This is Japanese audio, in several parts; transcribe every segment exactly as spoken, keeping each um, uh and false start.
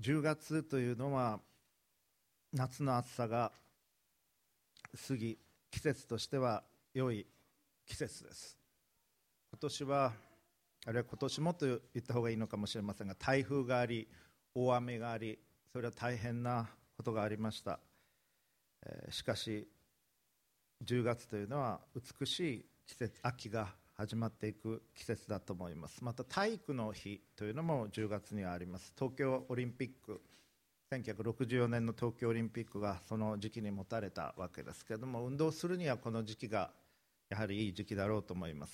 じゅうがつというのは夏の暑さが過ぎ、季節としては良い季節です。今年は、あるいは今年もと言った方がいいのかもしれませんが、台風があり、大雨があり、それは大変なことがありました。えーしかしじゅうがつというのは美しい季節、秋が始まっていく季節だと思います。また体育の日というのもじゅうがつにはあります。東京オリンピック、せんきゅうひゃくろくじゅうよねんの東京オリンピックがその時期に持たれたわけですけれども、運動するにはこの時期がやはりいい時期だろうと思います。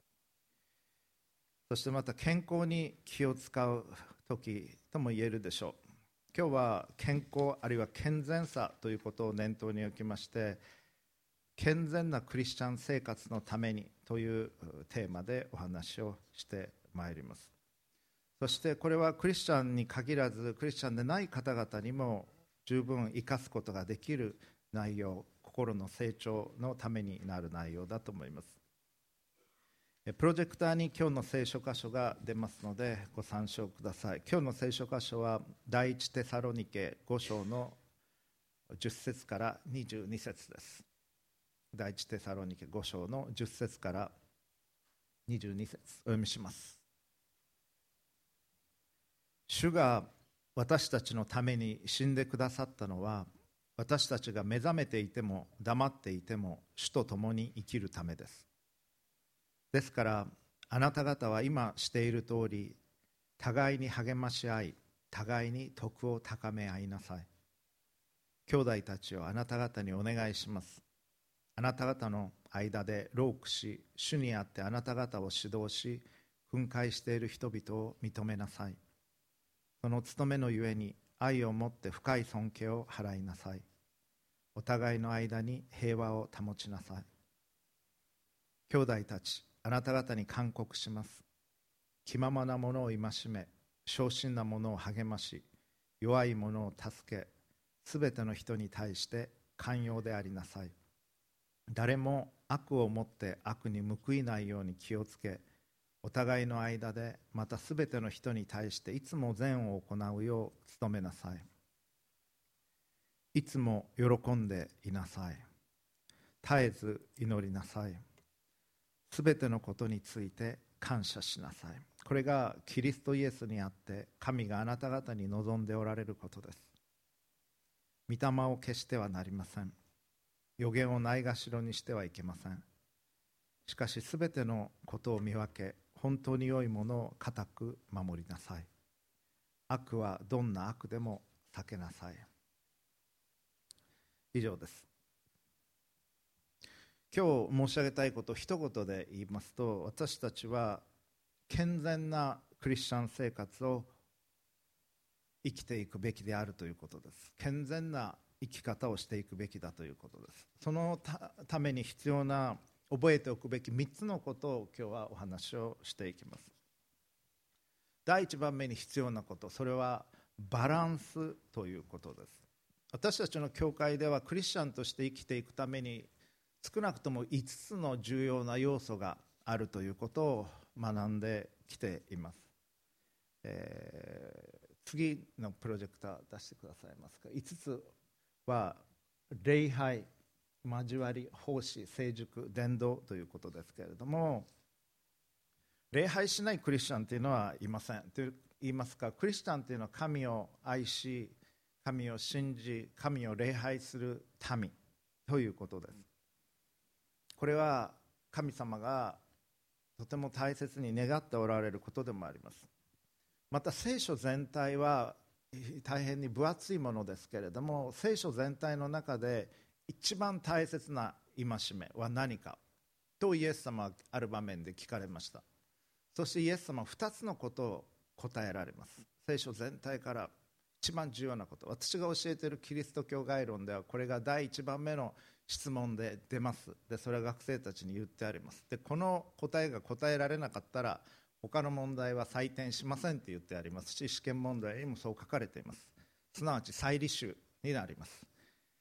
そしてまた健康に気を使う時とも言えるでしょう。今日は健康あるいは健全さということを念頭に置きまして、健全なクリスチャン生活のためにというテーマでお話をしてまいります。そしてこれはクリスチャンに限らず、クリスチャンでない方々にも十分生かすことができる内容、心の成長のためになる内容だと思います。プロジェクターに今日の聖書箇所が出ますのでご参照ください。今日の聖書箇所は第一テサロニケご章のじゅっ節からにじゅうに節です。第一テサロニケご章のじゅっ節からにじゅうに節お読みします。主が私たちのために死んでくださったのは、私たちが目覚めていても黙っていても主と共に生きるためです。ですからあなた方は今している通り、互いに励まし合い、互いに徳を高め合いなさい。兄弟たちをあなた方にお願いします。あなた方の間で労苦し、主にあってあなた方を指導し、憤慨している人々を認めなさい。その務めのゆえに愛をもって深い尊敬を払いなさい。お互いの間に平和を保ちなさい。兄弟たち、あなた方に勧告します。気ままな者を戒め、小心な者を励まし、弱い者を助け、すべての人に対して寛容でありなさい。誰も悪をもって悪に報いないように気をつけ、お互いの間でまたすべての人に対していつも善を行うよう努めなさい。いつも喜んでいなさい。絶えず祈りなさい。すべてのことについて感謝しなさい。これがキリストイエスにあって神があなた方に望んでおられることです。御霊を消してはなりません。預言をないがしろにしてはいけません。しかしすべてのことを見分け、本当に良いものを固く守りなさい。悪はどんな悪でも避けなさい。以上です。今日申し上げたいことを一言で言いますと、私たちは健全なクリスチャン生活を生きていくべきであるということです。健全な生き方をしていくべきだということです。その た, ために必要な覚えておくべきみっつのことを今日はお話をしていきます。第一番目に必要なこと、それはバランスということです。私たちの教会ではクリスチャンとして生きていくために少なくともいつつの重要な要素があるということを学んできています。えー、次のプロジェクター出してくださいますか。いつつは礼拝、交わり、奉仕、成熟、伝道ということですけれども、礼拝しないクリスチャンというのはいません。と言いますか、クリスチャンというのは神を愛し、神を信じ、神を礼拝する民ということです。これは神様がとても大切に願っておられることでもあります。また聖書全体は大変に分厚いものですけれども、聖書全体の中で一番大切な戒めは何かとイエス様はある場面で聞かれました。そしてイエス様はふたつのことを答えられます。聖書全体から一番重要なこと、私が教えているキリスト教概論ではこれが第一番目の質問で出ます。でそれは学生たちに言ってあります。でこの答えが答えられなかったら他の問題は採点しませんと言ってありますし、試験問題にもそう書かれています。すなわち再履修になります。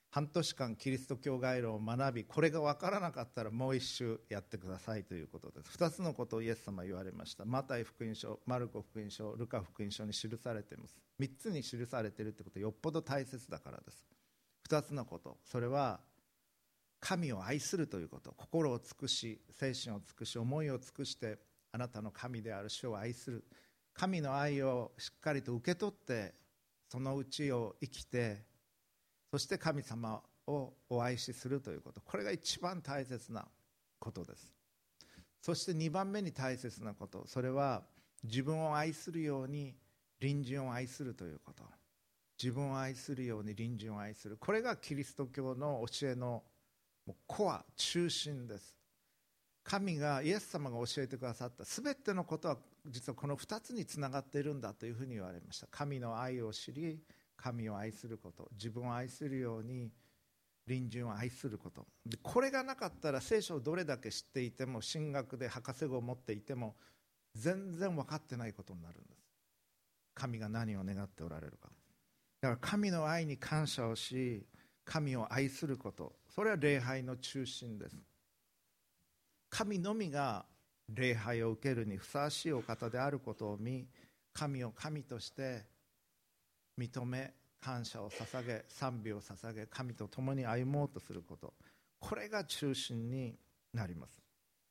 半年間キリスト教概論を学び、これが分からなかったらもう一周やってくださいということです。ふたつのことをイエス様は言われました。マタイ福音書、マルコ福音書、ルカ福音書に記されています。みっつに記されているということはよっぽど大切だからです。ふたつのこと、それは神を愛するということ。心を尽くし、精神を尽くし、思いを尽くしてあなたの神である主を愛する。神の愛をしっかりと受け取って、そのうちを生きて、そして神様をお愛しするということ。これが一番大切なことです。そしてにばんめに大切なこと、それは自分を愛するように隣人を愛するということ。自分を愛するように隣人を愛する。これがキリスト教の教えのコア、中心です。神が、イエス様が教えてくださったすべてのことは実はこのふたつにつながっているんだというふうに言われました。神の愛を知り、神を愛すること、自分を愛するように隣人を愛すること。でこれがなかったら聖書をどれだけ知っていても、神学で博士号を持っていても全然分かってないことになるんです。神が何を願っておられるか。だから神の愛に感謝をし、神を愛すること、それは礼拝の中心です。神のみが礼拝を受けるにふさわしいお方であることを見、神を神として認め、感謝を捧げ、賛美を捧げ、神と共に歩もうとすること、これが中心になります。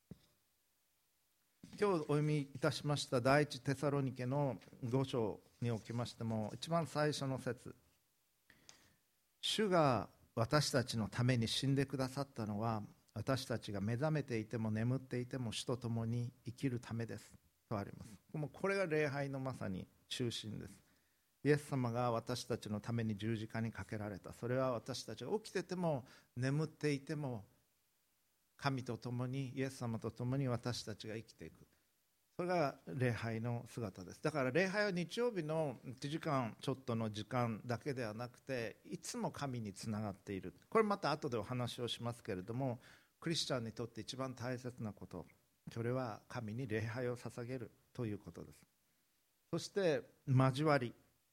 今日お読みいたしました第一テサロニケのご章におきましても、一番最初の節、主が私たちのために死んでくださったのは、私たちが目覚めていても眠っていても主と共に生きるためですとあります。もうこれが礼拝のまさに中心です。イエス様が私たちのために十字架にかけられた。それは私たちが起きてても眠っていても神と共に、イエス様と共に私たちが生きていく。それが礼拝の姿です。だから礼拝は日曜日のいちじかんちょっとの時間だけではなくて、いつも神につながっている。これまた後でお話をしますけれども、クリスチャンにとって一番大切なこと、それは神に礼拝を捧げるということです。そして交わり、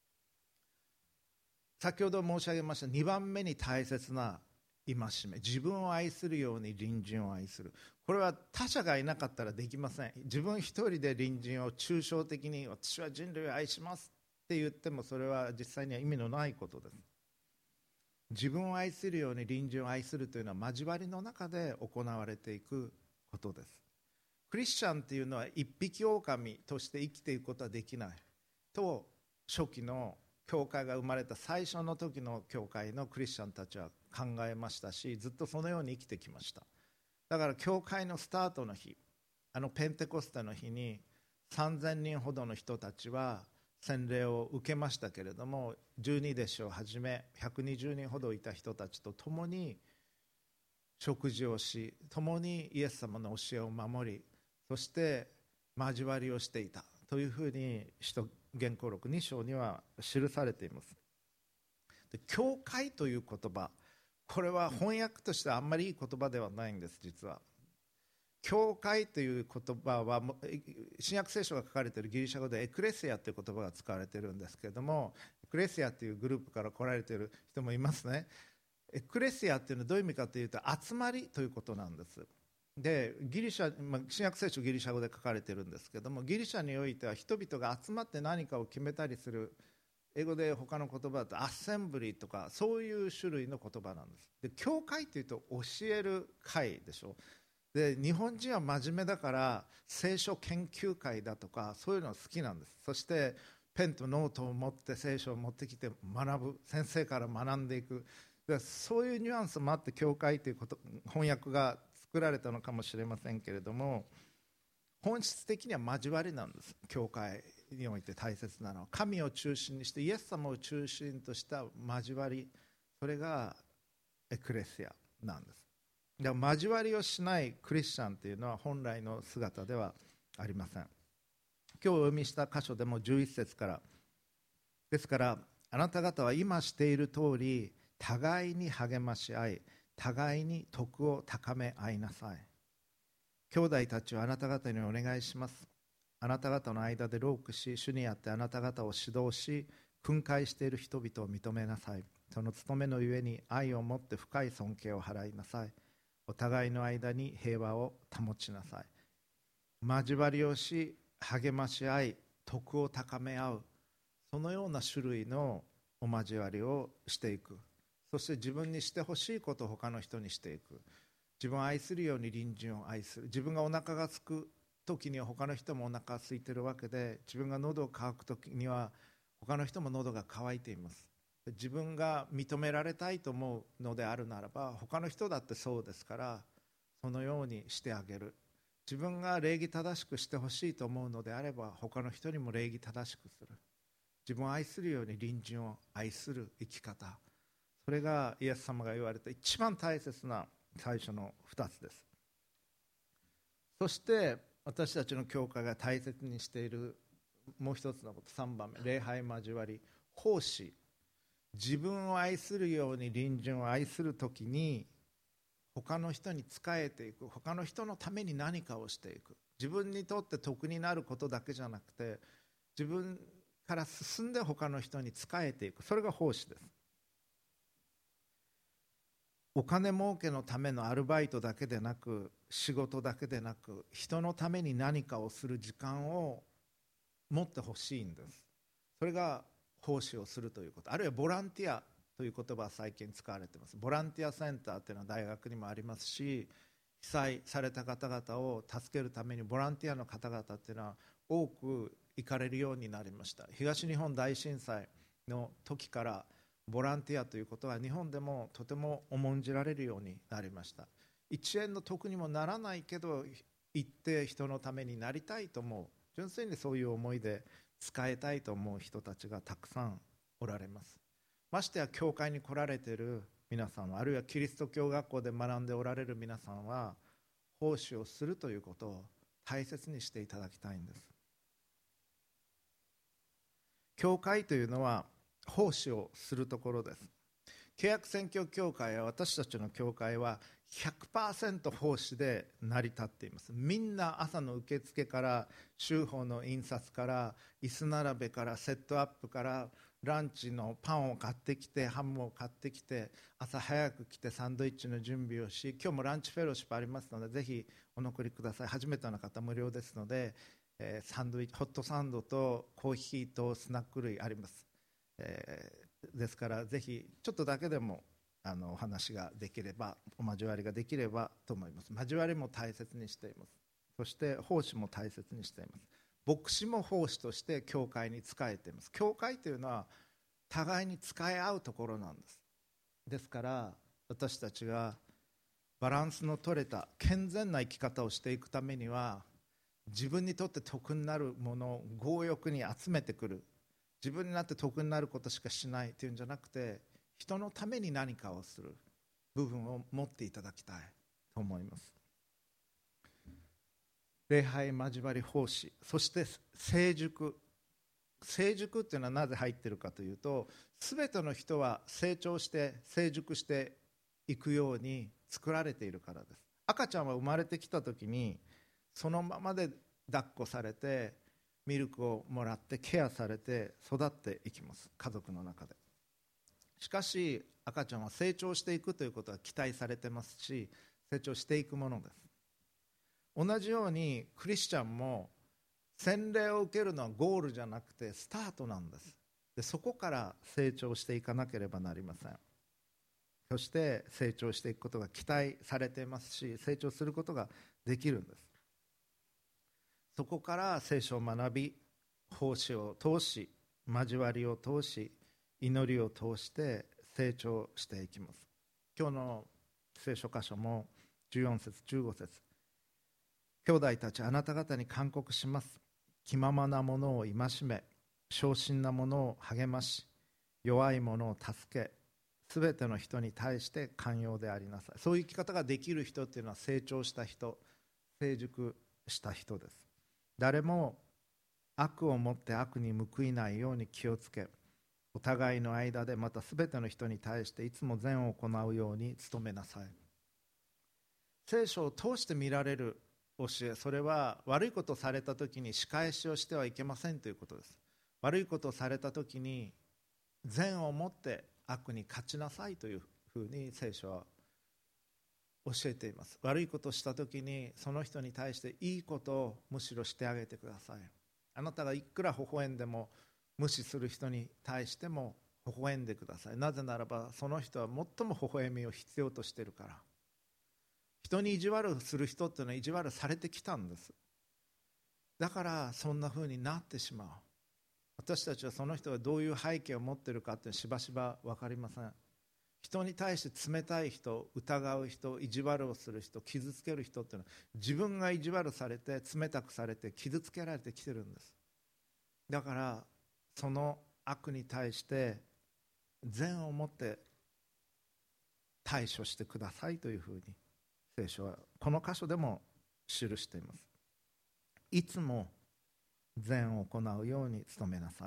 先ほど申し上げましたにばんめに大切な戒め、自分を愛するように隣人を愛する。これは他者がいなかったらできません。自分一人で隣人を抽象的に私は人類を愛しますって言っても、それは実際には意味のないことです。自分を愛するように隣人を愛するというのは交わりの中で行われていくことです。クリスチャンっていうのは一匹狼として生きていくことはできないと、初期の教会が生まれた最初の時の教会のクリスチャンたちは考えましたし、ずっとそのように生きてきました。だから教会のスタートの日、あのペンテコステの日にさんぜんにんほどの人たちは洗礼を受けましたけれども、十二弟子をはじめひゃくにじゅうにんほどいた人たちと共に食事をし、共にイエス様の教えを守り、そして交わりをしていたというふうに使徒言行録に章には記されています。で、教会という言葉、これは翻訳としてはあんまりいい言葉ではないんです。実は教会という言葉は新約聖書が書かれているギリシャ語でエクレシアという言葉が使われているんですけれども、エクレシアというグループから来られている人もいますね。エクレシアというのはどういう意味かというと、集まりということなんです。でギリシャ、まあ、新約聖書ギリシャ語で書かれているんですけども、ギリシャにおいては人々が集まって何かを決めたりする、英語で他の言葉だとアッセンブリーとか、そういう種類の言葉なんです。で教会というと教える会でしょ。で日本人は真面目だから聖書研究会だとかそういうの好きなんです。そしてペンとノートを持って聖書を持ってきて学ぶ、先生から学んでいく。でそういうニュアンスもあって教会ということ、翻訳が作られたのかもしれませんけれども、本質的には交わりなんです。教会において大切なのは神を中心にしてイエス様を中心とした交わり、それがエクレシアなんです。だから交わりをしないクリスチャンというのは本来の姿ではありません。今日お読みした箇所でもじゅういっ節から、ですからあなた方は今している通り互いに励まし合い、互いに徳を高め合いなさい。兄弟たちはあなた方にお願いします。あなた方の間で労苦し、主にあってあなた方を指導し訓戒している人々を認めなさい。 その務めのゆえに愛を持って深い尊敬を払いなさい。お互いの間に平和を保ちなさい。交わりをし、励まし合い、徳を高め合う、そのような種類のお交わりをしていく。そして自分にしてほしいことを他の人にしていく。自分を愛するように隣人を愛する。自分がお腹が空く時には他の人もお腹が空いているわけで、自分が喉が渇く時には他の人も喉が渇いています。自分が認められたいと思うのであるならば、他の人だってそうですから、そのようにしてあげる。自分が礼儀正しくしてほしいと思うのであれば、他の人にも礼儀正しくする。自分を愛するように隣人を愛する生き方、それがイエス様が言われた一番大切な最初のふたつです。そして私たちの教会が大切にしているもう一つのこと、さんばんめ、礼拝交わり、奉仕。自分を愛するように隣人を愛するときに、他の人に仕えていく、他の人のために何かをしていく。自分にとって得になることだけじゃなくて、自分から進んで他の人に仕えていく、それが奉仕です。お金儲けのためのアルバイトだけでなく、仕事だけでなく、人のために何かをする時間を持ってほしいんです。それが奉仕をするということ。あるいはボランティアという言葉は最近使われています。ボランティアセンターというのは大学にもありますし、被災された方々を助けるためにボランティアの方々というのは多く行かれるようになりました。東日本大震災の時からボランティアということは日本でもとても重んじられるようになりました。いちえんの得にもならないけど、行って人のためになりたいと思う、純粋にそういう思いで使いたいと思う人たちがたくさんおられます。ましてや教会に来られている皆さんは、あるいはキリスト教学校で学んでおられる皆さんは、奉仕をするということを大切にしていただきたいんです。教会というのは奉仕をするところです。契約宣教協会や私たちの教会は ひゃくパーセント 奉仕で成り立っています。みんな朝の受付から週報の印刷から椅子並べからセットアップからランチのパンを買ってきてハムを買ってきて、朝早く来てサンドイッチの準備をし、今日もランチフェローシップありますのでぜひお残りください。初めての方無料ですので、えー、サンドイッチ、ホットサンドとコーヒーとスナック類あります。えー、ですからぜひちょっとだけでもあのお話ができれば、お交わりができればと思います。交わりも大切にしています。そして奉仕も大切にしています。牧師も奉仕として教会に仕えています。教会というのは互いに仕え合うところなんです。ですから私たちがバランスの取れた健全な生き方をしていくためには、自分にとって得になるものを強欲に集めてくる、自分になって得になることしかしないというんじゃなくて、人のために何かをする部分を持っていただきたいと思います。礼拝、交わり、奉仕、そして成熟。成熟っていうのはなぜ入っているかというと、すべての人は成長して成熟していくように作られているからです。赤ちゃんは生まれてきた時にそのままで抱っこされてミルクをもらってケアされて育っていきます、家族の中で。しかし赤ちゃんは成長していくということは期待されてますし、成長していくものです。同じようにクリスチャンも洗礼を受けるのはゴールじゃなくてスタートなんです。でそこから成長していかなければなりません。そして成長していくことが期待されていますし、成長することができるんです。そこから聖書を学び、奉仕を通し、交わりを通し、祈りを通して成長していきます。今日の聖書箇所もじゅうよん節じゅうご節、兄弟たち、あなた方に勧告します。気ままなものを戒め、小心なものを励まし、弱いものを助け、すべての人に対して寛容でありなさい。そういう生き方ができる人っていうのは成長した人、成熟した人です。誰も悪をもって悪に報いないように気をつけ、お互いの間でまたすべての人に対していつも善を行うように努めなさい。聖書を通して見られる教え、それは悪いことをされたときに仕返しをしてはいけませんということです。悪いことをされたときに善をもって悪に勝ちなさいというふうに聖書は教えています。悪いことをしたときにその人に対していいことをむしろしてあげてください。あなたがいくら微笑んでも無視する人に対しても微笑んでください。なぜならばその人は最も微笑みを必要としているから。人に意地悪する人っていうのは意地悪されてきたんです。だからそんな風になってしまう。私たちはその人がどういう背景を持っているかってしばしば分かりません。人に対して冷たい人、疑う人、意地悪をする人、傷つける人っていうのは自分が意地悪されて冷たくされて傷つけられてきてるんです。だからその悪に対して善を持って対処してくださいというふうに聖書はこの箇所でも記しています。いつも善を行うように努めなさい。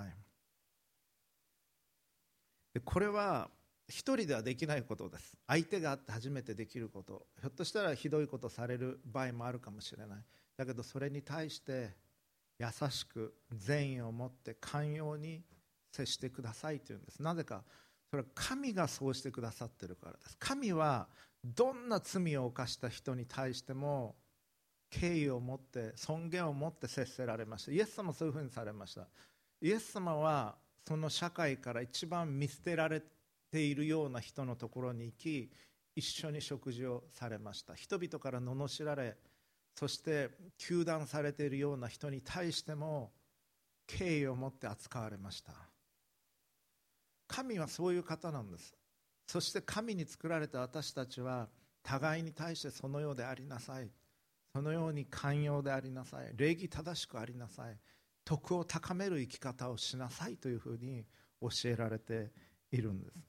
でこれは一人ではできないことです。相手があって初めてできること。ひょっとしたらひどいことされる場合もあるかもしれない。だけどそれに対して優しく善意を持って寛容に接してくださいというんです。なぜかそれは神がそうしてくださっているからです。神はどんな罪を犯した人に対しても敬意を持って尊厳を持って接せられました。イエス様もそういうふうにされました。イエス様はその社会から一番見捨てられているような人のところに行き一緒に食事をされました。人々から罵られそして糾弾されているような人に対しても敬意を持って扱われました。神はそういう方なんです。そして神に作られた私たちは互いに対してそのようでありなさい、そのように寛容でありなさい、礼儀正しくありなさい、徳を高める生き方をしなさいというふうに教えられているんです。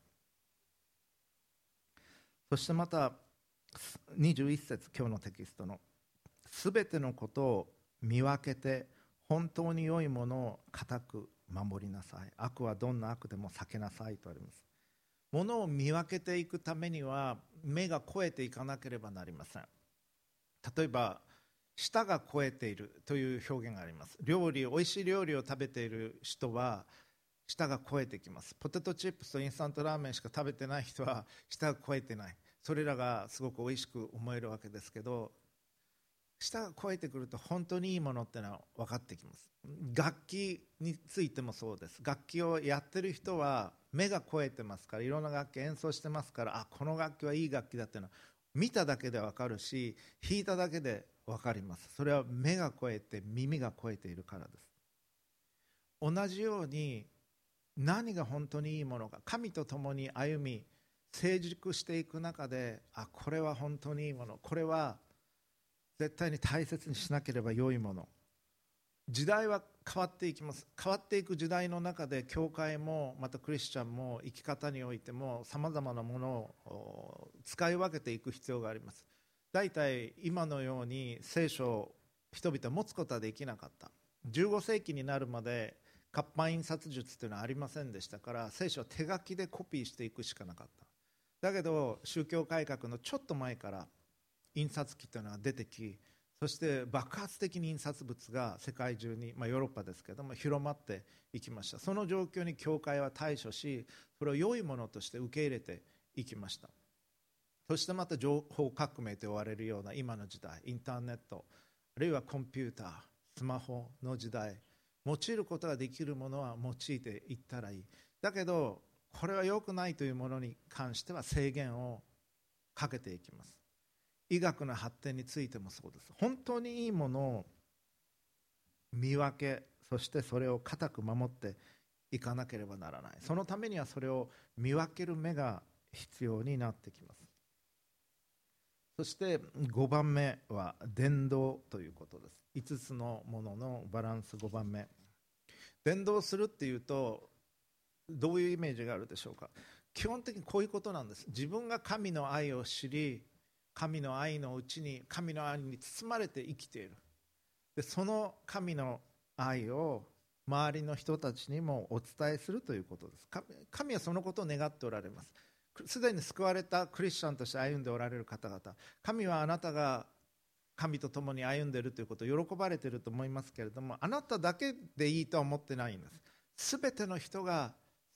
そしてまたにじゅういっ節、今日のテキストのすべてのことを見分けて本当に良いものを固く守りなさい、悪はどんな悪でも避けなさいとあります。ものを見分けていくためには目が肥えていかなければなりません。例えば舌が肥えているという表現があります。料理、おいしい料理を食べている人は舌が肥えてきます。ポテトチップスとインスタントラーメンしか食べてない人は舌が肥えてない。それらがすごくおいしく思えるわけですけど、舌が肥えてくると本当にいいものってのは分かってきます。楽器についてもそうです。楽器をやってる人は目が肥えてますから、いろんな楽器演奏してますから、あ、この楽器はいい楽器だっていうのは見ただけで分かるし、弾いただけで分かります。それは目が肥えて耳が肥えているからです。同じように何が本当にいいものか、神と共に歩み成熟していく中で、あ、これは本当にいいもの、これは絶対に大切にしなければ良いもの。時代は変わっていきます。変わっていく時代の中で教会もまたクリスチャンも生き方においてもさまざまなものを使い分けていく必要があります。だいたい今のように聖書を人々は持つことはできなかった。じゅうご世紀になるまで活版印刷術というのはありませんでしたから、聖書は手書きでコピーしていくしかなかった。だけど宗教改革のちょっと前から印刷機というのが出てき、そして爆発的に印刷物が世界中に、まあ、ヨーロッパですけども広まっていきました。その状況に教会は対処し、それを良いものとして受け入れていきました。そしてまた情報革命と言われるような今の時代、インターネットあるいはコンピューター、スマホの時代、用いることができるものは用いていったらいい。だけどこれは良くないというものに関しては制限をかけていきます。医学の発展についてもそうです。本当にいいものを見分け、そしてそれを固く守っていかなければならない。そのためにはそれを見分ける目が必要になってきます。そしてごばんめは伝道ということです。いつつのもののバランスごばんめ。伝道するっていうとどういうイメージがあるでしょうか。基本的にこういうことなんです。自分が神の愛を知り、神の愛のうちに神の愛に包まれて生きている。でその神の愛を周りの人たちにもお伝えするということです。神はそのことを願っておられます。すでに救われたクリスチャンとして歩んでおられる方々、神はあなたが神と共に歩んでいるということを喜ばれていると思いますけれども、あなただけでいいとは思ってないんです。すべての人が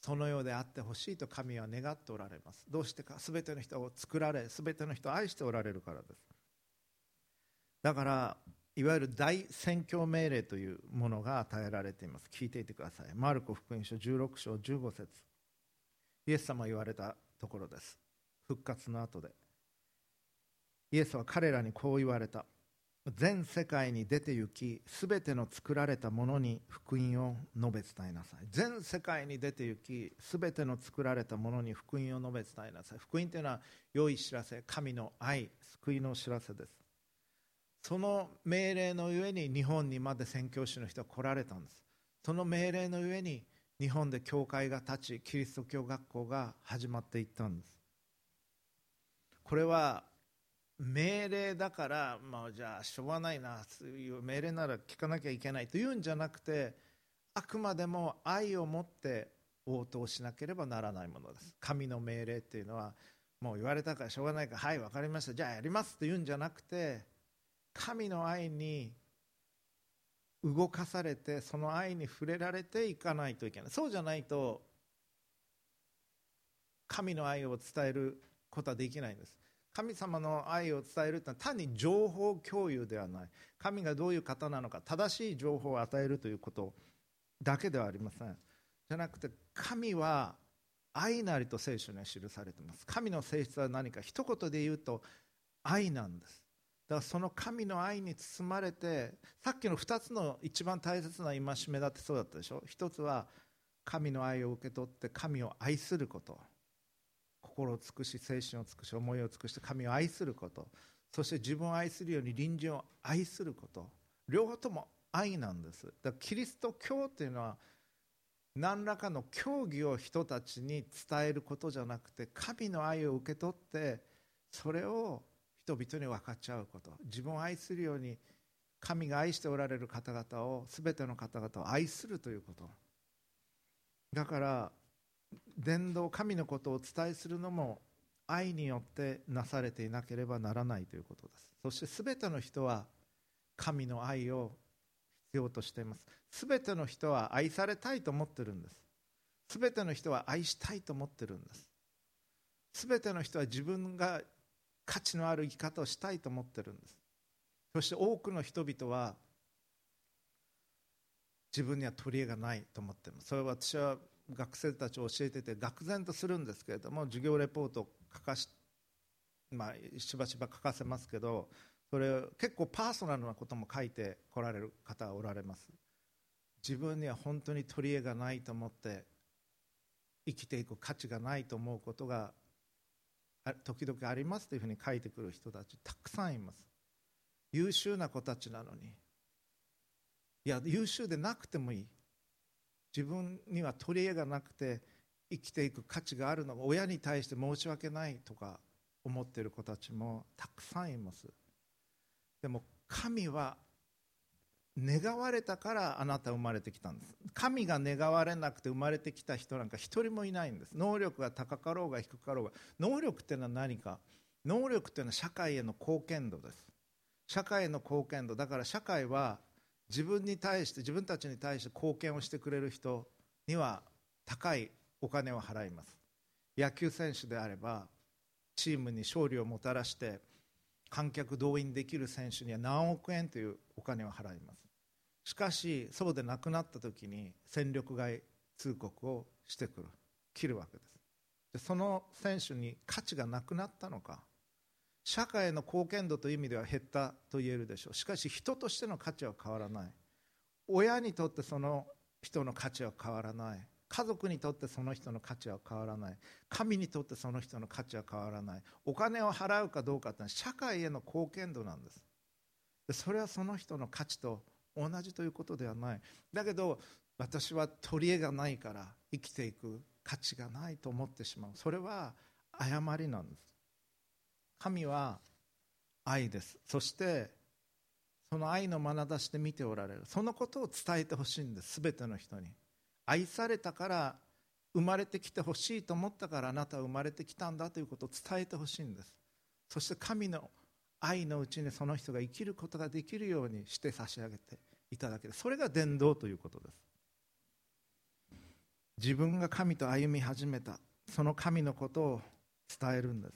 そのようであってほしいと神は願っておられます。どうしてか、すべての人を作られ、すべての人を愛しておられるからです。だからいわゆる大宣教命令というものが与えられています。聞いていてください。マルコ福音書じゅうろく章じゅうご節、イエス様が言われたところです。復活の後でイエスは彼らにこう言われた。全世界に出て行き、すべての作られたものに福音を述べ伝えなさい。全世界に出て行き、すべての作られたものに福音を述べ伝えなさい。福音というのは良い知らせ、神の愛、救いの知らせです。その命令のゆえに日本にまで宣教師の人は来られたんです。その命令のゆえに日本で教会が立ち、キリスト教学校が始まっていったんです。これは命令だから、まあ、じゃあしょうがないな、そういう命令なら聞かなきゃいけないというんじゃなくて、あくまでも愛を持って応答しなければならないものです。神の命令っていうのは、もう言われたからしょうがないから、はい分かりました、じゃあやりますというんじゃなくて、神の愛に動かされて、その愛に触れられていかないといけない。そうじゃないと神の愛を伝えることはできないんです。神様の愛を伝えるというのは単に情報共有ではない。神がどういう方なのか、正しい情報を与えるということだけではありません。じゃなくて、神は愛なりと聖書には記されています。神の性質は何か、一言で言うと愛なんです。だからその神の愛に包まれて、さっきのふたつの一番大切な戒めだってそうだったでしょ。一つは神の愛を受け取って神を愛すること、心を尽くし、精神を尽くし、思いを尽くして神を愛すること、そして自分を愛するように隣人を愛すること、両方とも愛なんです。だからキリスト教というのは何らかの教義を人たちに伝えることじゃなくて、神の愛を受け取ってそれを人々に分かち合うこと、自分を愛するように神が愛しておられる方々を、全ての方々を愛するということ。だから伝道、神のことをお伝えするのも愛によってなされていなければならないということです。そして全ての人は神の愛を必要としています。全ての人は愛されたいと思ってるんです。全ての人は愛したいと思ってるんです。全ての人は自分が価値のある生き方をしたいと思ってるんです。そして多くの人々は自分には取り柄がないと思っています。それは私は学生たちを教えてて愕然とするんですけれども、授業レポートを書かし、まあ、しばしば書かせますけど、それ結構パーソナルなことも書いてこられる方がおられます。自分には本当に取り柄がないと思って生きていく価値がないと思うことが時々ありますというふうに書いてくる人たちたくさんいます。優秀な子たちなのに、いや優秀でなくてもいい、自分には取り柄がなくて生きていく価値があるのが親に対して申し訳ないとか思っている子たちもたくさんいます。でも神は願われたからあなたは生まれてきたんです。神が願われなくて生まれてきた人なんか一人もいないんです。能力が高かろうが低かろうが。能力っていうのは何か、能力っていうのは社会への貢献度です。社会への貢献度だから、社会は自分に対して、自分たちに対して貢献をしてくれる人には高いお金を払います。野球選手であればチームに勝利をもたらして観客動員できる選手には何億円というお金を払います。しかしそうでなくなった時に戦力外通告をしてくる、切るわけです。でその選手に価値がなくなったのか、社会への貢献度という意味では減ったと言えるでしょう。しかし人としての価値は変わらない。親にとってその人の価値は変わらない。家族にとってその人の価値は変わらない。神にとってその人の価値は変わらない。お金を払うかどうかってのは社会への貢献度なんです。でそれはその人の価値と同じということではない。だけど私は取り柄がないから生きていく価値がないと思ってしまう。それは誤りなんです。神は愛です。そしてその愛の眼差しで見ておられる。そのことを伝えてほしいんです。すべての人に。愛されたから生まれてきてほしいと思ったからあなたは生まれてきたんだということを伝えてほしいんです。そして神の愛のうちにその人が生きることができるようにして差し上げていただける。それが伝道ということです。 自分が神と歩み始めた、その神のことを伝えるんです。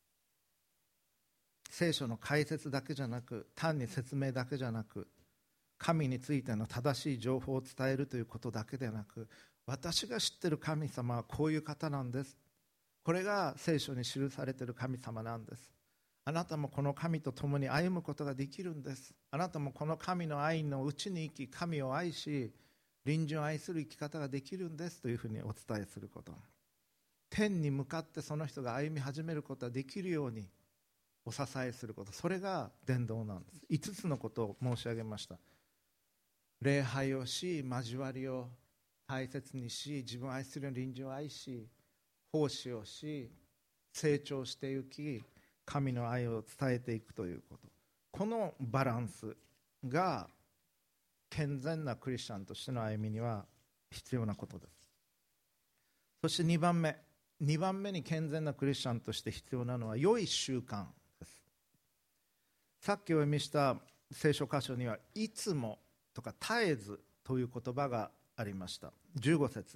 聖書の解説だけじゃなく、単に説明だけじゃなく、神についての正しい情報を伝えるということだけでなく、私が知っている神様はこういう方なんです、これが聖書に記されている神様なんです、あなたもこの神と共に歩むことができるんです、あなたもこの神の愛のうちに生き、神を愛し隣人を愛する生き方ができるんですというふうにお伝えすること、天に向かってその人が歩み始めることができるようにお支えすること、それが伝道なんです。いつつのことを申し上げました。礼拝をし、交わりを大切にし、自分を愛する隣人を愛し、奉仕をし、成長していき、神の愛を伝えていくということ、このバランスが健全なクリスチャンとしての歩みには必要なことです。そしてにばんめにばんめに健全なクリスチャンとして必要なのは良い習慣です。さっきお読みした聖書箇所にはいつもとか絶えずという言葉がありました。じゅうご節、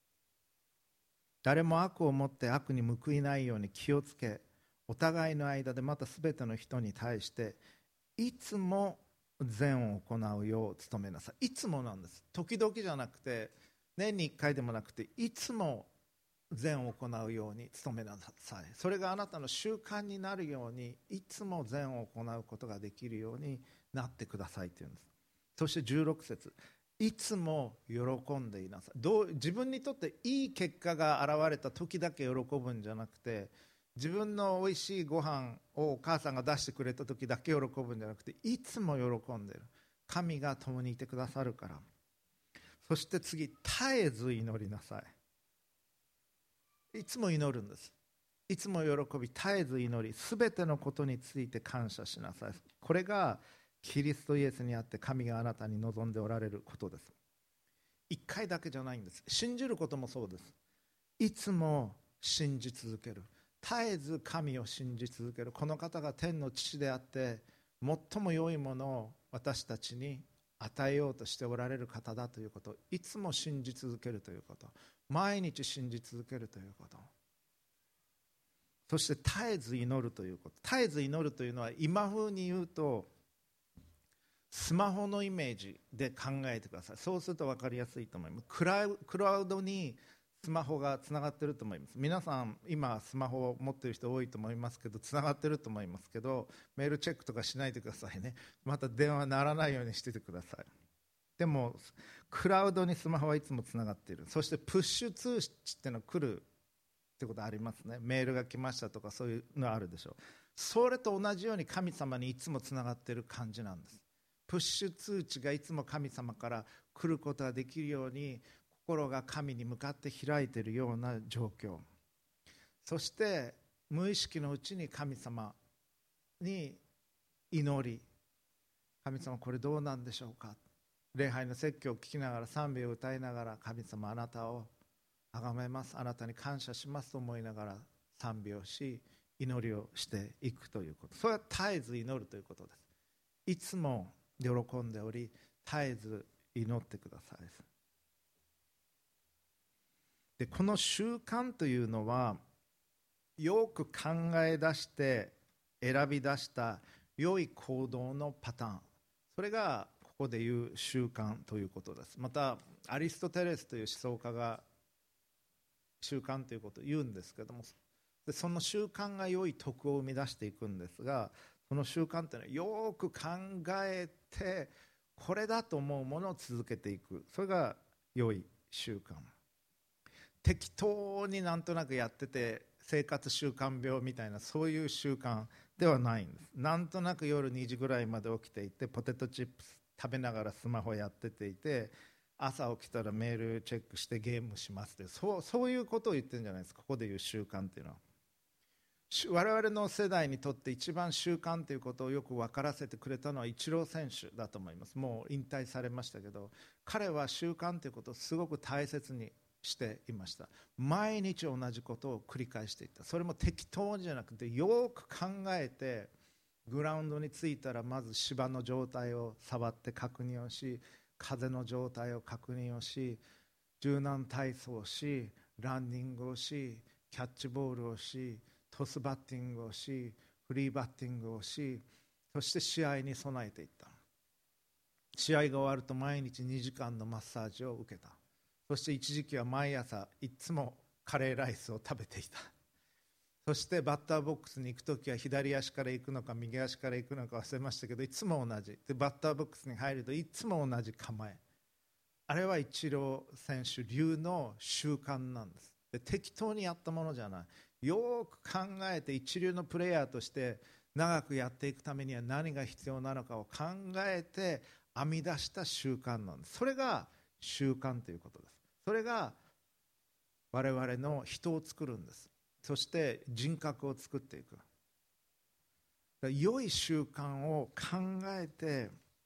誰も悪をもって悪に報いないように気をつけ、お互いの間でまたすべての人に対していつも善を行うよう努めなさい。いつもなんです。時々じゃなくて、年にいっかいでもなくて、いつも善を行うように努めなさい。それがあなたの習慣になるように、いつも善を行うことができるようになってくださいというんです。そしてじゅうろく節、いつも喜んでいなさい。どう自分にとっていい結果が現れた時だけ喜ぶんじゃなくて、自分のおいしいご飯をお母さんが出してくれた時だけ喜ぶんじゃなくて、いつも喜んでいる。神が共にいてくださるから。そして次、絶えず祈りなさい。いつも祈るんです。いつも喜び、絶えず祈り、すべてのことについて感謝しなさい。これがキリストイエスにあって神があなたに望んでおられることです。一回だけじゃないんです。信じることもそうです。いつも信じ続ける、絶えず神を信じ続ける。この方が天の父であって最も良いものを私たちに与えようとしておられる方だということ、いつも信じ続けるということ、毎日信じ続けるということ、そして絶えず祈るということ。絶えず祈るというのは今風に言うとスマホのイメージで考えてください。そうすると分かりやすいと思います。クラウ、クラウドにスマホがつながっていると思います。皆さん今スマホを持っている人多いと思いますけど、つながっていると思いますけど、メールチェックとかしないでくださいね。また電話鳴らないようにしててください。でもクラウドにスマホはいつもつながっている。そしてプッシュ通知っていうのが来るってことありますね。メールが来ましたとかそういうのあるでしょう。それと同じように神様にいつもつながっている感じなんです。プッシュ通知がいつも神様から来ることができるように、心が神に向かって開いているような状況。そして無意識のうちに神様に祈り、神様これどうなんでしょうか。礼拝の説教を聞きながら、賛美を歌いながら、神様あなたを崇めます、あなたに感謝しますと思いながら賛美をし、祈りをしていくということ。それは絶えず祈るということです。いつも喜んでおり、絶えず祈ってください。でこの習慣というのは、よく考え出して選び出した良い行動のパターン、それがここでいう習慣ということです。またアリストテレスという思想家が習慣ということを言うんですけども、でその習慣が良い徳を生み出していくんですが、その習慣というのはよく考えてこれだと思うものを続けていく、それが良い習慣。適当になんとなくやってて生活習慣病みたいな、そういう習慣ではないんです。なんとなく夜にじぐらいまで起きていて、ポテトチップス食べながらスマホやってていて、朝起きたらメールチェックしてゲームしますって、そう、そういうことを言ってるんじゃないですか。ここでいう習慣っていうのは、我々の世代にとって一番習慣ということをよく分からせてくれたのはイチロー選手だと思います。もう引退されましたけど、彼は習慣ということをすごく大切にしていました。毎日同じことを繰り返していった。それも適当じゃなくて、よく考えて、グラウンドに着いたらまず芝の状態を触って確認をし、風の状態を確認をし、 柔軟体操をし、ランニングをし、キャッチボールをし、トスバッティングをし、フリーバッティングをし、そして試合に備えていった。試合が終わると毎日にじかんのマッサージを受けた。そして一時期は毎朝いつもカレーライスを食べていた。そしてバッターボックスに行くときは左足から行くのか右足から行くのか忘れましたけど、いつも同じで、バッターボックスに入るといつも同じ構え。あれはイチロー選手流の習慣なんです。で、適当にやったものじゃない。よく考えて一流のプレーヤーとして長くやっていくためには何が必要なのかを考えて編み出した習慣なんです。それが習慣ということです。それが我々の人を作るんです。そして人格を作っていく。良い習慣を考えて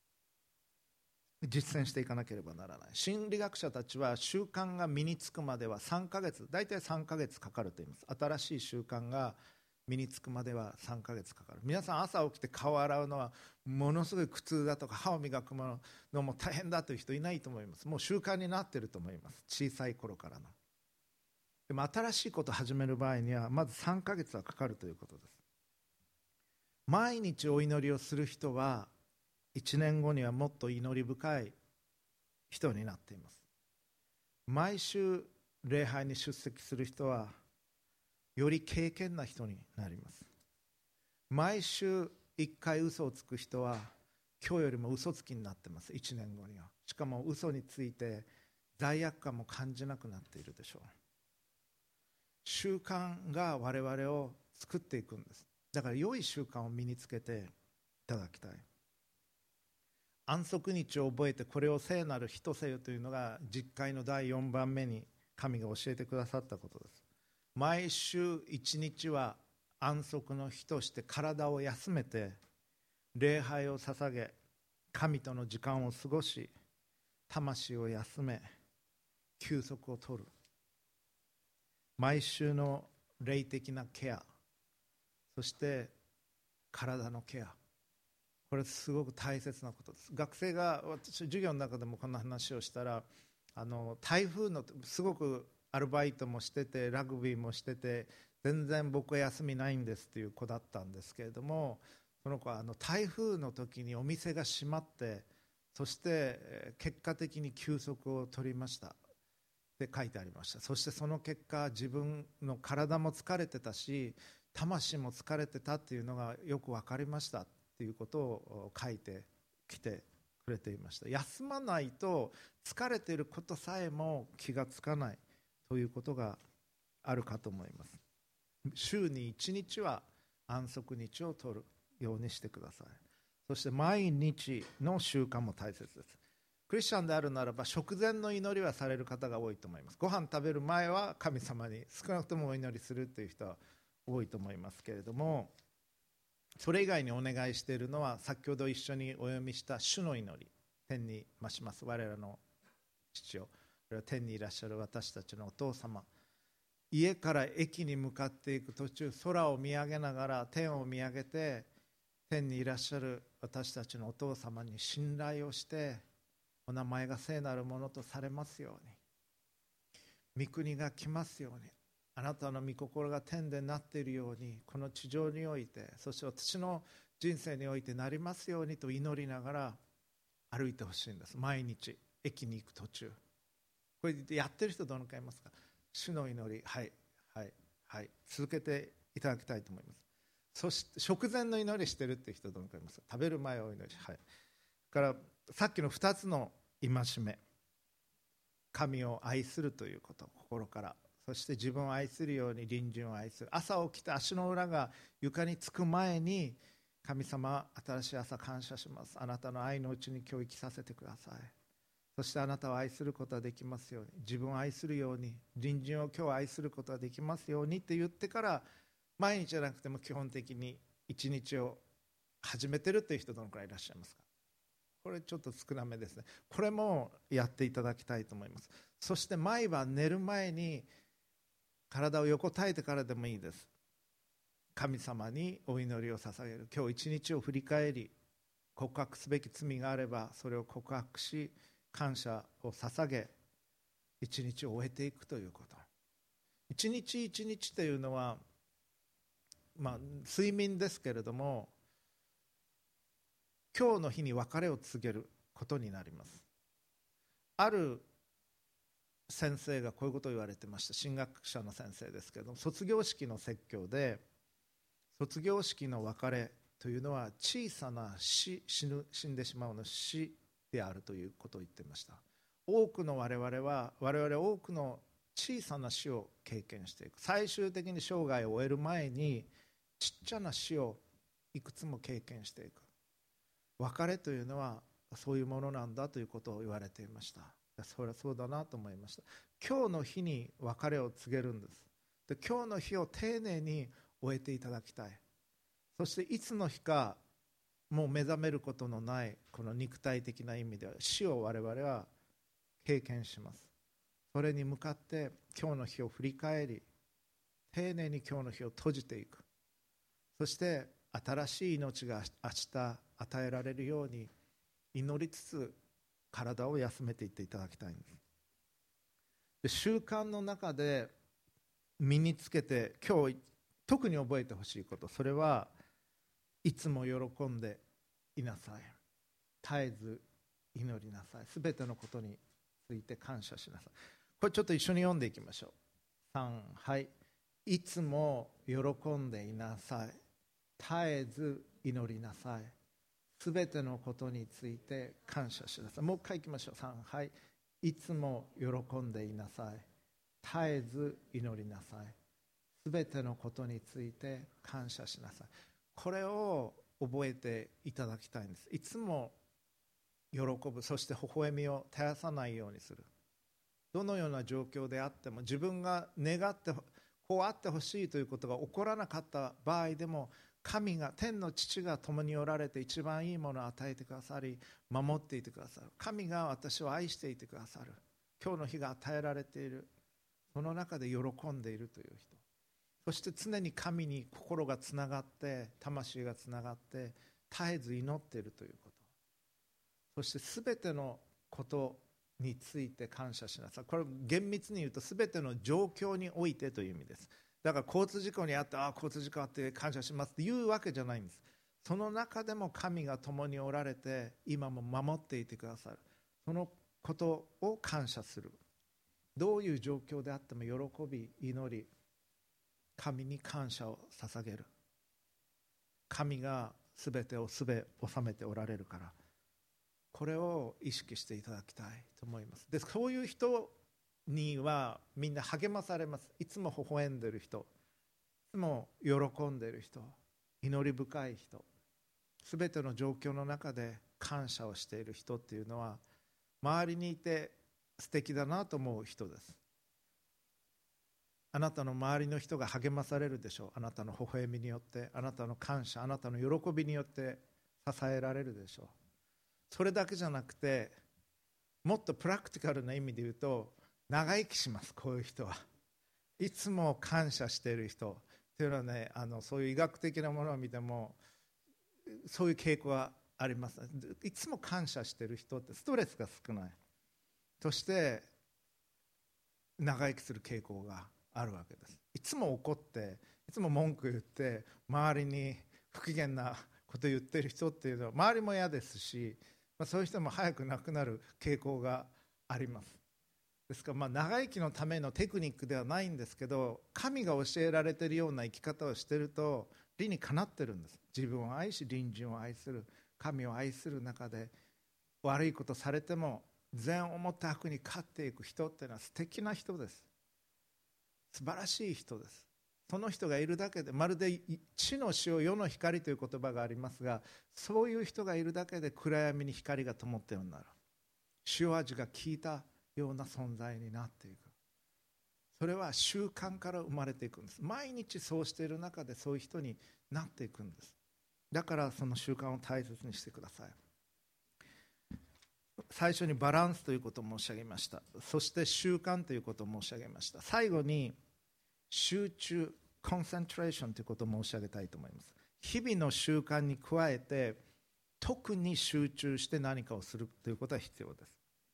実践していかなければならない。心理学者たちは習慣が身につくまではさんかげつ、大体さんかげつかかると言います。新しい習慣が身につくまではさんかげつかかる。皆さん朝起きて顔を洗うのはものすごい苦痛だとか、歯を磨くのも大変だという人いないと思います。もう習慣になっていると思います。小さい頃からの。でも新しいことを始める場合にはまずさんかげつはかかるということです。毎日お祈りをする人はいちねんごにはもっと祈り深い人になっています。毎週礼拝に出席する人はより敬虔な人になります。毎週いっかい嘘をつく人は今日よりも嘘つきになってます。いちねんごには。しかも嘘について罪悪感も感じなくなっているでしょう。習慣が我々を作っていくんです。だから良い習慣を身につけていただきたい。安息日を覚えてこれを聖なる日とせよというのが実会のだいよんばんめに神が教えてくださったことです。毎週いちにちは安息の日として体を休めて礼拝を捧げ、神との時間を過ごし、魂を休め休息を取る。毎週の霊的なケア、そして体のケア、これすごく大切なことです。学生が、私授業の中でもこんな話をしたら、あの台風のすごくアルバイトもしててラグビーもしてて全然僕は休みないんですっていう子だったんですけれども、その子はあの台風の時にお店が閉まって、そして結果的に休息を取りましたって書いてありました。そしてその結果自分の体も疲れてたし魂も疲れてたっていうのがよく分かりましたっていうことを書いてきてくれていました。休まないと疲れていることさえも気がつかないということがあるかと思います。週にいちにちは安息日を取るようにしてください。そして毎日の習慣も大切です。クリスチャンであるならば食前の祈りはされる方が多いと思います。ご飯食べる前は神様に少なくともお祈りするという人は多いと思いますけれども、それ以外にお願いしているのは先ほど一緒にお読みした主の祈り、天に増します我らの父よ、天にいらっしゃる私たちのお父様、家から駅に向かっていく途中、空を見上げながら天を見上げて、天にいらっしゃる私たちのお父様に信頼をして、お名前が聖なるものとされますように、御国が来ますように、あなたの御心が天でなっているようにこの地上において、そして私の人生においてなりますようにと祈りながら歩いてほしいんです。毎日駅に行く途中、これやってる人どのくらいいますか？主の祈り、はいはいはい、続けていただきたいと思います。そして食前の祈りしてるっていう人どのくらいいますか？食べる前お祈り、はい。からさっきのふたつの戒め、神を愛するということ、心から、そして自分を愛するように隣人を愛する。朝起きて足の裏が床につく前に、神様新しい朝感謝します、あなたの愛のうちに今日生きさせてください、そしてあなたを愛することができますように、自分を愛するように隣人を今日愛することができますようにって言ってから毎日じゃなくても基本的に一日を始めてるっていう人どのくらいいらっしゃいますか？これちょっと少なめですね。これもやっていただきたいと思います。そして毎晩寝る前に体を横たえてからでもいいです。神様にお祈りを捧げる。今日一日を振り返り、告白すべき罪があればそれを告白し感謝を捧げ、 一日を終えていくということ。一日一日というのは、まあ、睡眠ですけれども、今日の日に別れを告げることになります。ある先生がこういうことを言われてました。神学者の先生ですけれども、卒業式の説教で、卒業式の別れというのは小さな死、死ぬ、死んでしまうの死であるということを言っていました。多くの我々は我々多くの小さな死を経験していく。最終的に生涯を終える前にちっちゃな死をいくつも経験していく。別れというのはそういうものなんだということを言われていました。それはそうだなと思いました。今日の日に別れを告げるんです。で、今日の日を丁寧に終えていただきたい。そしていつの日かもう目覚めることのないこの肉体的な意味では死を我々は経験します。それに向かって今日の日を振り返り、丁寧に今日の日を閉じていく。そして新しい命が明日与えられるように祈りつつ体を休めていっていただきたいんです。で、習慣の中で身につけて今日特に覚えてほしいこと、それはいつも喜んでいなさい、絶えず祈りなさい、すべてのことについて感謝しなさい。これちょっと一緒に読んでいきましょう。さん、はい。いつも喜んでいなさい、絶えず祈りなさい、すべてのことについて感謝しなさい。もう一回いきましょう。さん、はい。いつも喜んでいなさい、絶えず祈りなさい、すべてのことについて感謝しなさい。これを覚えていただきたいんです。いつも喜ぶ、そして微笑みを絶やさないようにする。どのような状況であっても、自分が願ってこうあってほしいということが起こらなかった場合でも、神が、天の父が共におられて一番いいものを与えてくださり守っていてくださる。神が私を愛していてくださる。今日の日が与えられている。その中で喜んでいるという人、そして常に神に心がつながって、魂がつながって絶えず祈っているということ、そしてすべてのことについて感謝しなさい。これ厳密に言うとすべての状況においてという意味です。だから交通事故にあって、ああ交通事故あって感謝しますっていうわけじゃないんです。その中でも神が共におられて今も守っていてくださる。そのことを感謝する。どういう状況であっても喜び祈り、神に感謝を捧げる。神がすべてをすべ収めておられるから、これを意識していただきたいと思います。で、そういう人にはみんな励まされます。いつも微笑んでいる人、いつも喜んでいる人、祈り深い人、すべての状況の中で感謝をしている人っていうのは周りにいて素敵だなと思う人です。あなたの周りの人が励まされるでしょう。あなたの微笑みによって、あなたの感謝、あなたの喜びによって支えられるでしょう。それだけじゃなくて、もっとプラクティカルな意味で言うと長生きします。こういう人はいつも感謝している人というのはね、あのそういう医学的なものを見てもそういう傾向があります。いつも感謝している人ってストレスが少ない、そして長生きする傾向があるわけです。いつも怒っていつも文句言って周りに不機嫌なことを言っている人っていうのは周りも嫌ですし、まあ、そういう人も早く亡くなる傾向があります。ですから、まあ長生きのためのテクニックではないんですけど、神が教えられているような生き方をしていると理にかなってるんです。自分を愛し隣人を愛する、神を愛する中で悪いことされても善をもって悪に勝っていく人っていうのは素敵な人です。素晴らしい人です。その人がいるだけで、まるで地の塩世の光という言葉がありますが、そういう人がいるだけで暗闇に光が灯ったようになる。塩味が効いたような存在になっていく。それは習慣から生まれていくんです。毎日そうしている中でそういう人になっていくんです。だからその習慣を大切にしてください。最初にバランスということを申し上げました。そして習慣ということを申し上げました。最後に集中、コンセントレーションということを申し上げたいと思います。日々の習慣に加えて特に集中して何かをするということは必要です。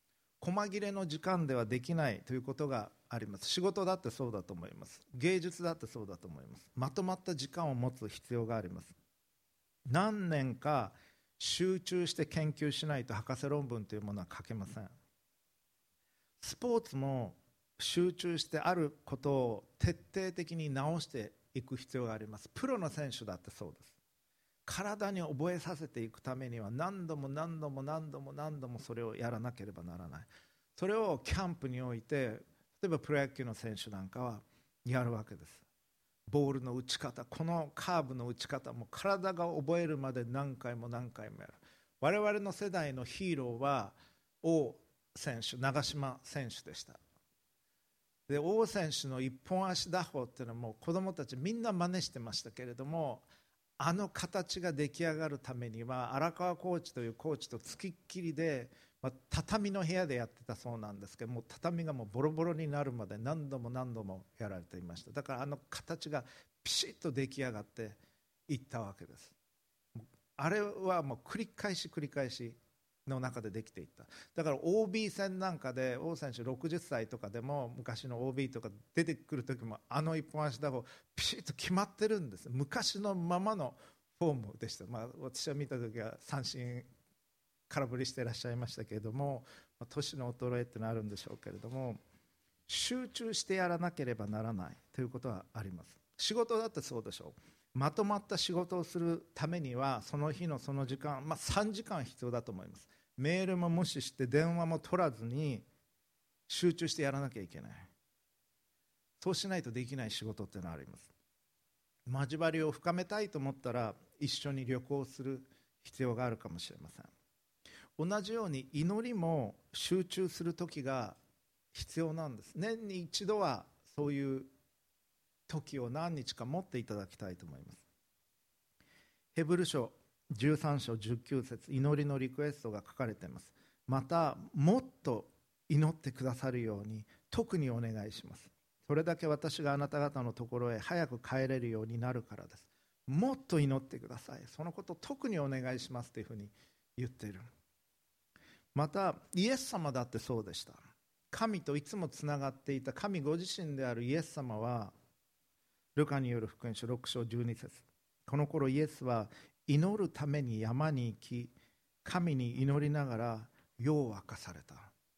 細切れの時間ではできないということがあります。仕事だってそうだと思います。芸術だってそうだと思います。まとまった時間を持つ必要があります。何年か集中して研究しないと博士論文というものは書けません。スポーツも集中してあることを徹底的に直していく必要があります。プロの選手だってそうです。体に覚えさせていくためには何度も何度も何度も何度もそれをやらなければならない。それをキャンプにおいて、例えばプロ野球の選手なんかはやるわけです。ボールの打ち方、このカーブの打ち方も体が覚えるまで何回も何回もやる。我々の世代のヒーローは王選手、長嶋選手でした。で、王選手の一本足打法っていうのはもう子どもたちみんな真似してましたけれども、あの形が出来上がるためには荒川コーチというコーチとつきっきりで、まあ、畳の部屋でやってたそうなんですけども、う畳がもうボロボロになるまで何度も何度もやられていました。だからあの形がピシッと出来上がっていったわけです。あれはもう繰り返し繰り返しの中でできていった。だから オービー 戦なんかで王選手ろくじゅっさいとかでも昔の オービー とか出てくる時もあの一本足打法ピシッと決まってるんです。昔のままのフォームでした。まあ、私は見た時は三振空振りしていらっしゃいましたけれども、年の衰えってのはあるんでしょうけれども、集中してやらなければならないということはあります。仕事だってそうでしょう。まとまった仕事をするためにはその日のその時間、まあ、さんじかん必要だと思います。メールも無視して電話も取らずに集中してやらなきゃいけない。そうしないとできない仕事っていうのはあります。交わりを深めたいと思ったら一緒に旅行する必要があるかもしれません。同じように祈りも集中する時が必要なんです。年に一度はそういう時を何日か持っていただきたいと思います。ヘブル書じゅうさん章じゅうきゅう節、祈りのリクエストが書かれています。またもっと祈ってくださるように特にお願いします。それだけ私があなた方のところへ早く帰れるようになるからです。もっと祈ってください。そのことを特にお願いしますというふうに言っている。またイエス様だってそうでした。神といつもつながっていた神ご自身であるイエス様は、ルカによる福音書ろく章じゅうに節、この頃イエスは祈るために山に行き、神に祈りながら夜を明かされた。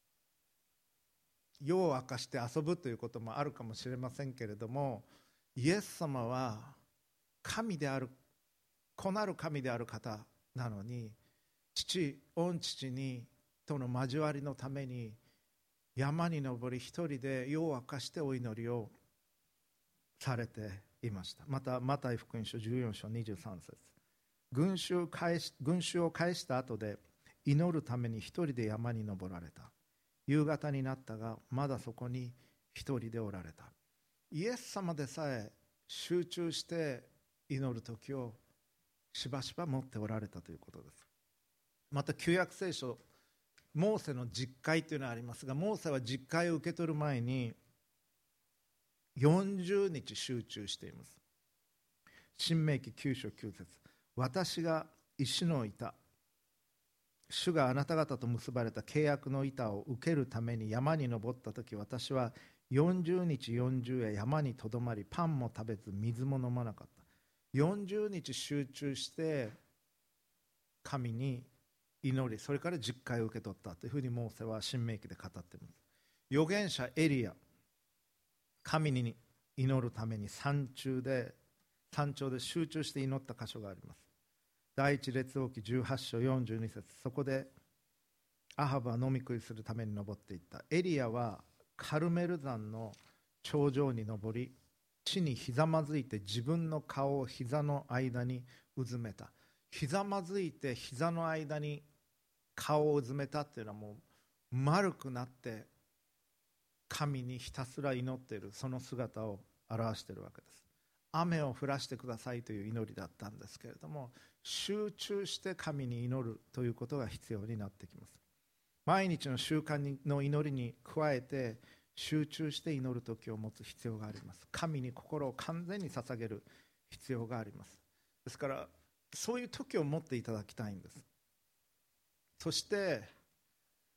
夜を明かして遊ぶということもあるかもしれませんけれども、イエス様は神である、子なる神である方なのに、父、御父にとの交わりのために山に登り一人で夜を明かしてお祈りをされていました。またマタイ福音書じゅうよん章にじゅうさん節、群衆を返し、群衆を返した後で祈るために一人で山に登られた。夕方になったがまだそこに一人でおられた。イエス様でさえ集中して祈る時をしばしば持っておられたということです。また旧約聖書、モーセの実会というのがありますが、モーセは実会を受け取る前によんじゅうにち集中しています。申命記きゅう章きゅう節、私が石の板、主があなた方と結ばれた契約の板を受けるために山に登った時、私はよんじゅうにちよんじゅう夜山にとどまり、パンも食べず水も飲まなかった。よんじゅうにち集中して神に祈り、それから実会を受け取ったというふうにモーセは申命記で語っています。預言者エリア、神に祈るために山中で山頂で集中して祈った箇所があります。第一列王記じゅうはち章よんじゅうに節、そこでアハブは飲み食いするために登っていった。エリアはカルメル山の頂上に登り、地にひざまずいて自分の顔を膝の間にうずめた。ひざまずいて膝の間に顔をうずめたっていうのは、もう丸くなって神にひたすら祈っている、その姿を表しているわけです。雨を降らしてくださいという祈りだったんですけれども、集中して神に祈るということが必要になってきます。毎日の習慣の祈りに加えて集中して祈る時を持つ必要があります。神に心を完全に捧げる必要があります。ですからそういう時を持っていただきたいんです。そして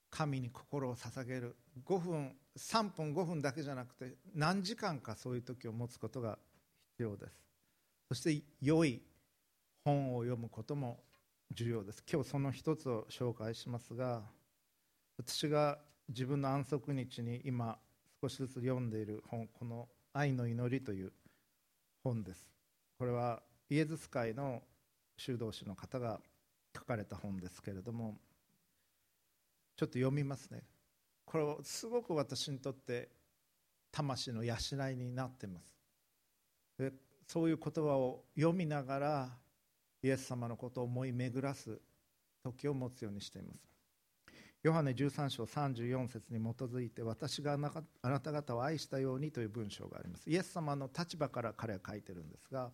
神に心を捧げる、ごふんさんぷんごふんだけじゃなくて何時間かそういう時を持つことが必要です。そして良い本を読むことも重要です。今日その一つを紹介しますが、私が自分の安息日に今少しずつ読んでいる本、この愛の祈りという本です。これはイエズス会の修道士の方が書かれた本ですけれども、ちょっと読みますね。これはすごく私にとって魂の養いになっています。で、そういう言葉を読みながらイエス様のことを思い巡らす時を持つようにしています。ヨハネじゅうさん章さんじゅうよん節に基づいて、私があなた方を愛したようにという文章があります。イエス様の立場から彼は書いてるんですが、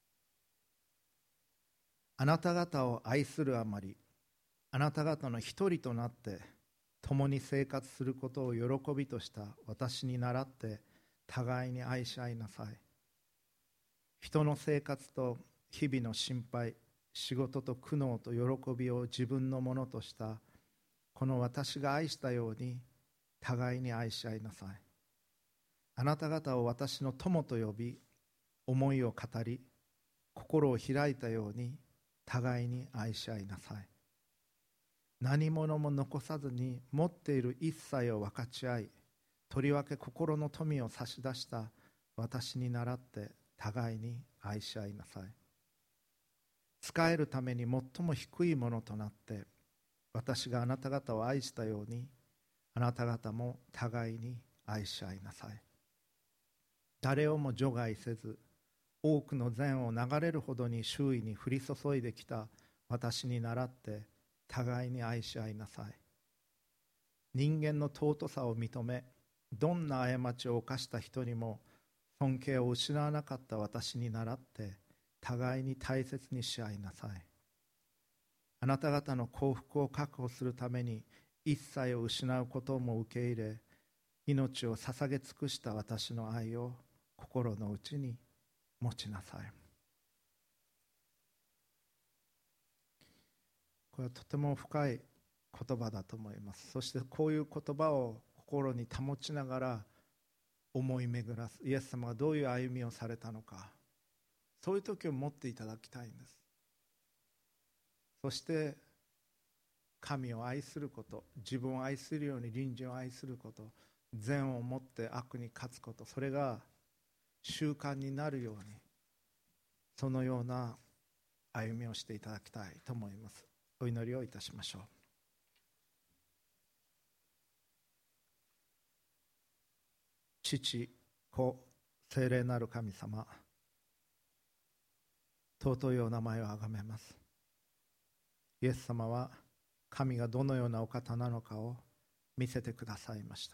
あなた方を愛するあまり、あなた方の一人となって共に生活することを喜びとした私に倣って互いに愛し合いなさい。人の生活と日々の心配、仕事と苦悩と喜びを自分のものとしたこの私が愛したように互いに愛し合いなさい。あなた方を私の友と呼び、思いを語り、心を開いたように互いに愛し合いなさい。何者も残さずに持っている一切を分かち合い、とりわけ心の富を差し出した私に倣って互いに愛し合いなさい。仕えるために最も低いものとなって私があなた方を愛したようにあなた方も互いに愛し合いなさい。誰をも除外せず多くの善を流れるほどに周囲に降り注いできた私に倣って互いに愛し合いなさい。人間の尊さを認め、どんな過ちを犯した人にも尊敬を失わなかった私に倣って互いに大切にし合いなさい。あなた方の幸福を確保するために一切を失うことも受け入れ、命を捧げ尽くした私の愛を心の内に持ちなさい。これはとても深い言葉だと思います。そしてこういう言葉を心に保ちながら思い巡らす、イエス様がどういう歩みをされたのか、そういう時を持っていただきたいんです。そして神を愛すること、自分を愛するように隣人を愛すること、善をもって悪に勝つこと、それが習慣になるように、そのような歩みをしていただきたいと思います。お祈りをいたしましょう。父、子、聖霊なる神様、尊いお名前をあがめます。イエス様は神がどのようなお方なのかを見せてくださいました。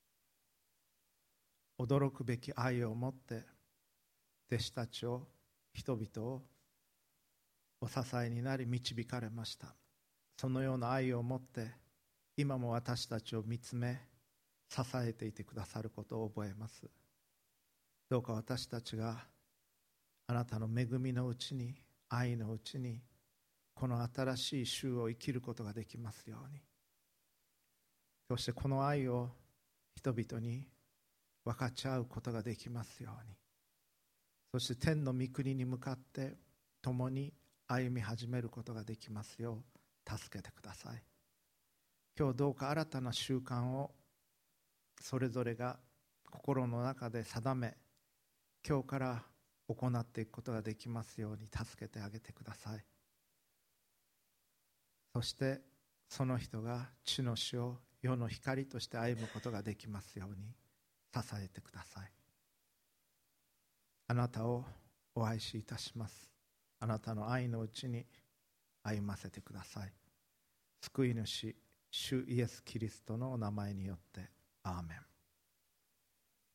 驚くべき愛を持って弟子たちを、人々をお支えになり導かれました。そのような愛を持って今も私たちを見つめ支えていてくださることを覚えます。どうか私たちがあなたの恵みのうちに、愛のうちにこの新しい週を生きることができますように。そしてこの愛を人々に分かち合うことができますように。そして天の御国に向かって共に歩み始めることができますよう助けてください。今日どうか新たな習慣をそれぞれが心の中で定め、今日から行っていくことができますように助けてあげてください。そしてその人が地の死を世の光として歩むことができますように支えてください。あなたをお愛しいたします。あなたの愛のうちに歩ませてください。救い主、主イエス・キリストのお名前によってアーメン。